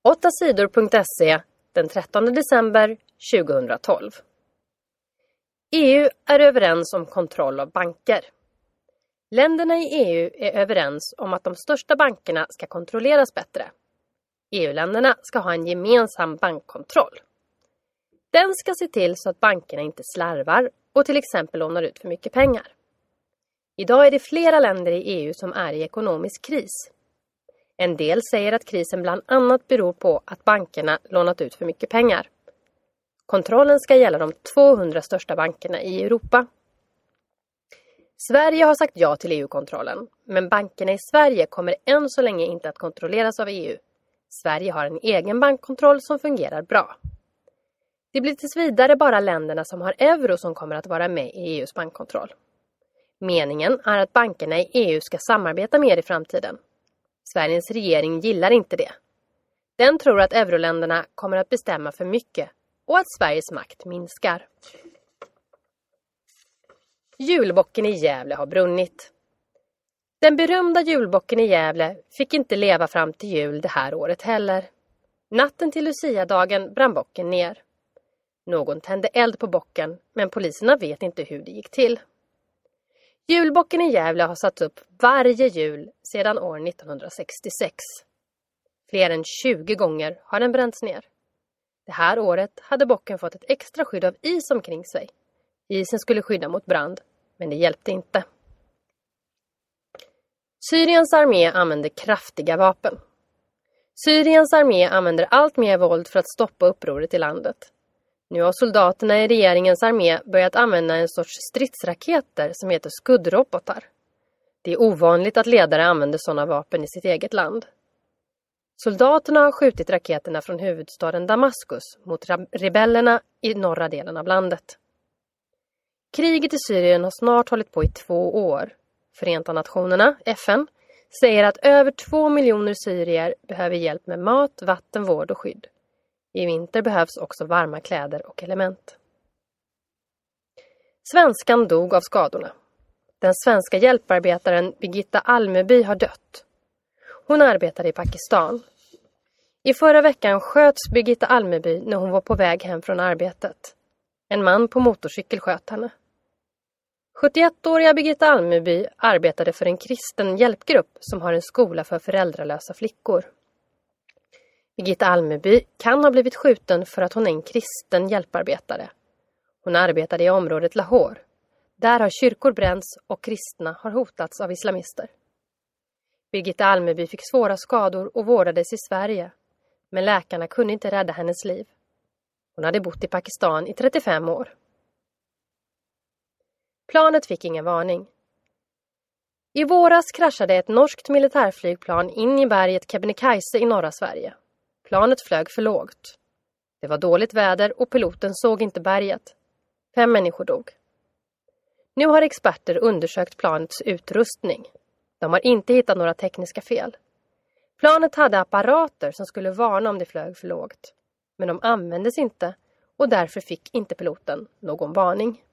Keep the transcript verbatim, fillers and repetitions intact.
åtta sidor punkt se den trettonde december tjugohundratolv. E U är överens om kontroll av banker. Länderna i E U är överens om att de största bankerna ska kontrolleras bättre. E U-länderna ska ha en gemensam bankkontroll. Den ska se till så att bankerna inte slarvar och till exempel lånar ut för mycket pengar. Idag är det flera länder i E U som är i ekonomisk kris. En del säger att krisen bland annat beror på att bankerna lånat ut för mycket pengar. Kontrollen ska gälla de tvåhundra största bankerna i Europa. Sverige har sagt ja till E U-kontrollen, men bankerna i Sverige kommer än så länge inte att kontrolleras av E U. Sverige har en egen bankkontroll som fungerar bra. Det blir tills vidare bara länderna som har euro som kommer att vara med i E U:s bankkontroll. Meningen är att bankerna i E U ska samarbeta mer i framtiden. Sveriges regering gillar inte det. Den tror att euroländerna kommer att bestämma för mycket och att Sveriges makt minskar. Julbocken i Gävle har brunnit. Den berömda julbocken i Gävle fick inte leva fram till jul det här året heller. Natten till Lucia-dagen brann bocken ner. Någon tände eld på bocken, men poliserna vet inte hur det gick till. Julbocken i Gävle har satts upp varje jul sedan år nittonhundrasextiosex. Fler än tjugo gånger har den bränts ner. Det här året hade bocken fått ett extra skydd av is omkring sig. Isen skulle skydda mot brand, men det hjälpte inte. Syriens armé använder kraftiga vapen. Syriens armé använder allt mer våld för att stoppa upproret i landet. Nu har soldaterna i regeringens armé börjat använda en sorts stridsraketer som heter skuddrobotar. Det är ovanligt att ledare använder sådana vapen i sitt eget land. Soldaterna har skjutit raketerna från huvudstaden Damaskus mot rebellerna i norra delen av landet. Kriget i Syrien har snart hållit på i två år. Förenta nationerna, F N, säger att över två miljoner syrier behöver hjälp med mat, vatten, vård och skydd. I vinter behövs också varma kläder och element. Svenskan dog av skadorna. Den svenska hjälparbetaren Birgitta Almeby har dött. Hon arbetade i Pakistan. I förra veckan sköts Birgitta Almeby när hon var på väg hem från arbetet. En man på motorcykel sköt henne. sjuttioettåriga Birgitta Almeby arbetade för en kristen hjälpgrupp som har en skola för föräldralösa flickor. Birgitta Almeby kan ha blivit skjuten för att hon är en kristen hjälparbetare. Hon arbetade i området Lahore. Där har kyrkor bränts och kristna har hotats av islamister. Birgitta Almeby fick svåra skador och vårdades i Sverige. Men läkarna kunde inte rädda hennes liv. Hon hade bott i Pakistan i trettiofem år. Planet fick ingen varning. I våras kraschade ett norskt militärflygplan in i berget Kebnekaise i norra Sverige. Planet flög för lågt. Det var dåligt väder och piloten såg inte berget. Fem människor dog. Nu har experter undersökt planets utrustning. De har inte hittat några tekniska fel. Planet hade apparater som skulle varna om det flög för lågt. Men de användes inte och därför fick inte piloten någon varning.